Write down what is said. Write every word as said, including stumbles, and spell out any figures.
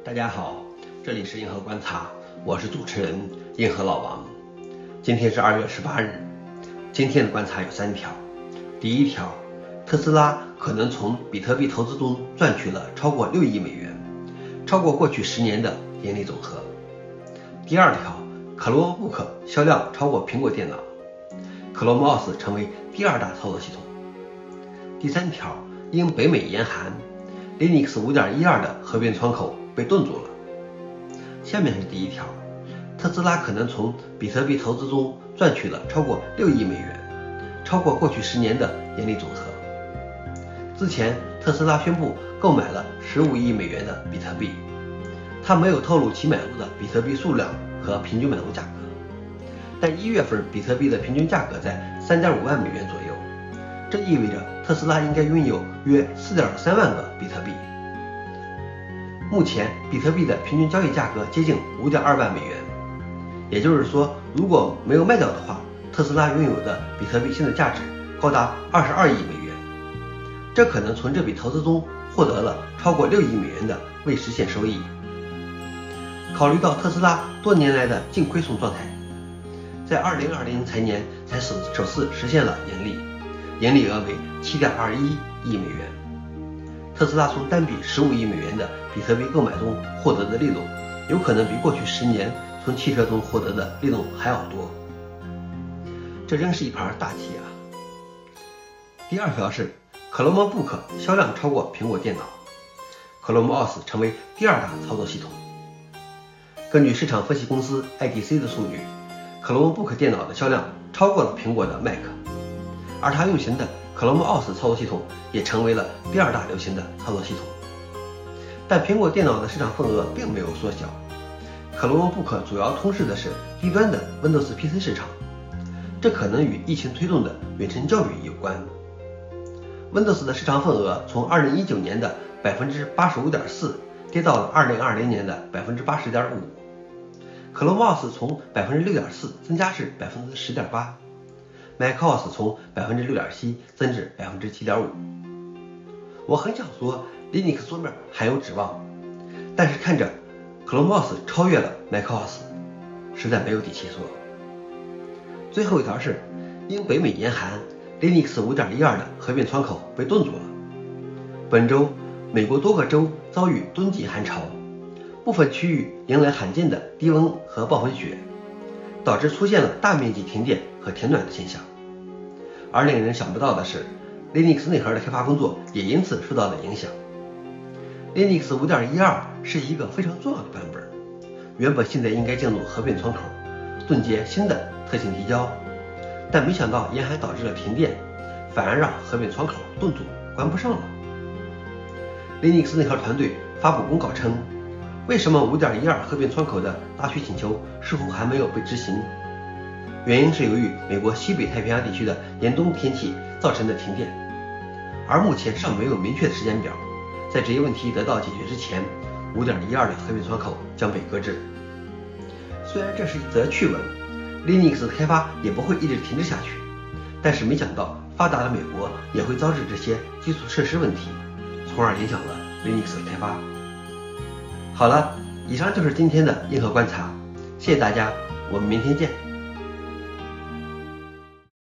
大家好，这里是硬核观察，我是主持人硬核老王。今天是二月十八日，今天的观察有三条。第一条，特斯拉可能从比特币投资中赚取了超过六亿美元，超过过去十年的盈利总和。第二条，Chromebook销量超过苹果电脑 ，ChromeOS 成为第二大操作系统。第三条，因北美严寒 ，Linux 五点一二 的合并窗口被冻住了。下面是第一条，特斯拉可能从比特币投资中赚取了超过六亿美元，超过过去十年的盈利总和。之前特斯拉宣布购买了十五亿美元的比特币，他没有透露其买入的比特币数量和平均买入价格，但一月份比特币的平均价格在 三点五万美元左右，这意味着特斯拉应该拥有约 四点三万个比特币。目前比特币的平均交易价格接近 五点二万美元，也就是说，如果没有卖掉的话，特斯拉拥有的比特币现在价值高达二十二亿美元，这可能从这笔投资中获得了超过六亿美元的未实现收益。考虑到特斯拉多年来的净亏损状态，在二零二零财年才首首次实现了盈利，盈利额为 七点二一亿美元。特斯拉从单笔十五亿美元的比特币购买中获得的利润，有可能比过去十年从汽车中获得的利润还要多。这真是一盘大棋啊！第二条是 Chromebook 销量超过苹果电脑 ，ChromeOS 成为第二大操作系统。根据市场分析公司 I D C 的数据， Chromebook 电脑的销量超过了苹果的 Mac， 而它运行的 ChromeOS 操作系统也成为了第二大流行的操作系统。但苹果电脑的市场份额并没有缩小， Chromebook 主要通视的是低端的 Windows P C 市场，这可能与疫情推动的远程教育有关。Windows 的市场份额从二零一九年的 百分之八十五点四 跌到了二零二零年的 百分之八十点五， ChromeOS 从 百分之六点四 增加至 百分之十点八， macOS 从 百分之六点七 增至 百分之七点五。 我很想说 Linux 桌面还有指望，但是看着 ChromeOS 超越了 macOS， 实在没有底气说。最后一条是因北美严寒 Linux 五点一二 的合并窗口被冻住了。本周美国多个州遭遇冬季寒潮，部分区域迎来罕见的低温和暴风雪，导致出现了大面积停电和停暖的现象。而令人想不到的是， Linux 内核的开发工作也因此受到了影响。Linux 五点一二 是一个非常重要的版本，原本现在应该进入合并窗口，冻结新的特性提交，但没想到严寒导致了停电，反而让合并窗口冻住，关不上了。Linux 内核团队发布公告称，为什么 五点一二 合并窗口的拉取请求似乎还没有被执行？原因是由于美国西北太平洋地区的严冬天气造成的停电，而目前尚没有明确的时间表。在这一问题得到解决之前 ，五点一二 的合并窗口将被搁置。虽然这是一则趣闻， Linux 的开发也不会一直停滞下去，但是没想到发达的美国也会遭致这些基础设施问题，从而影响了 Linux 的开发。好了，以上就是今天的硬核观察，谢谢大家，我们明天见。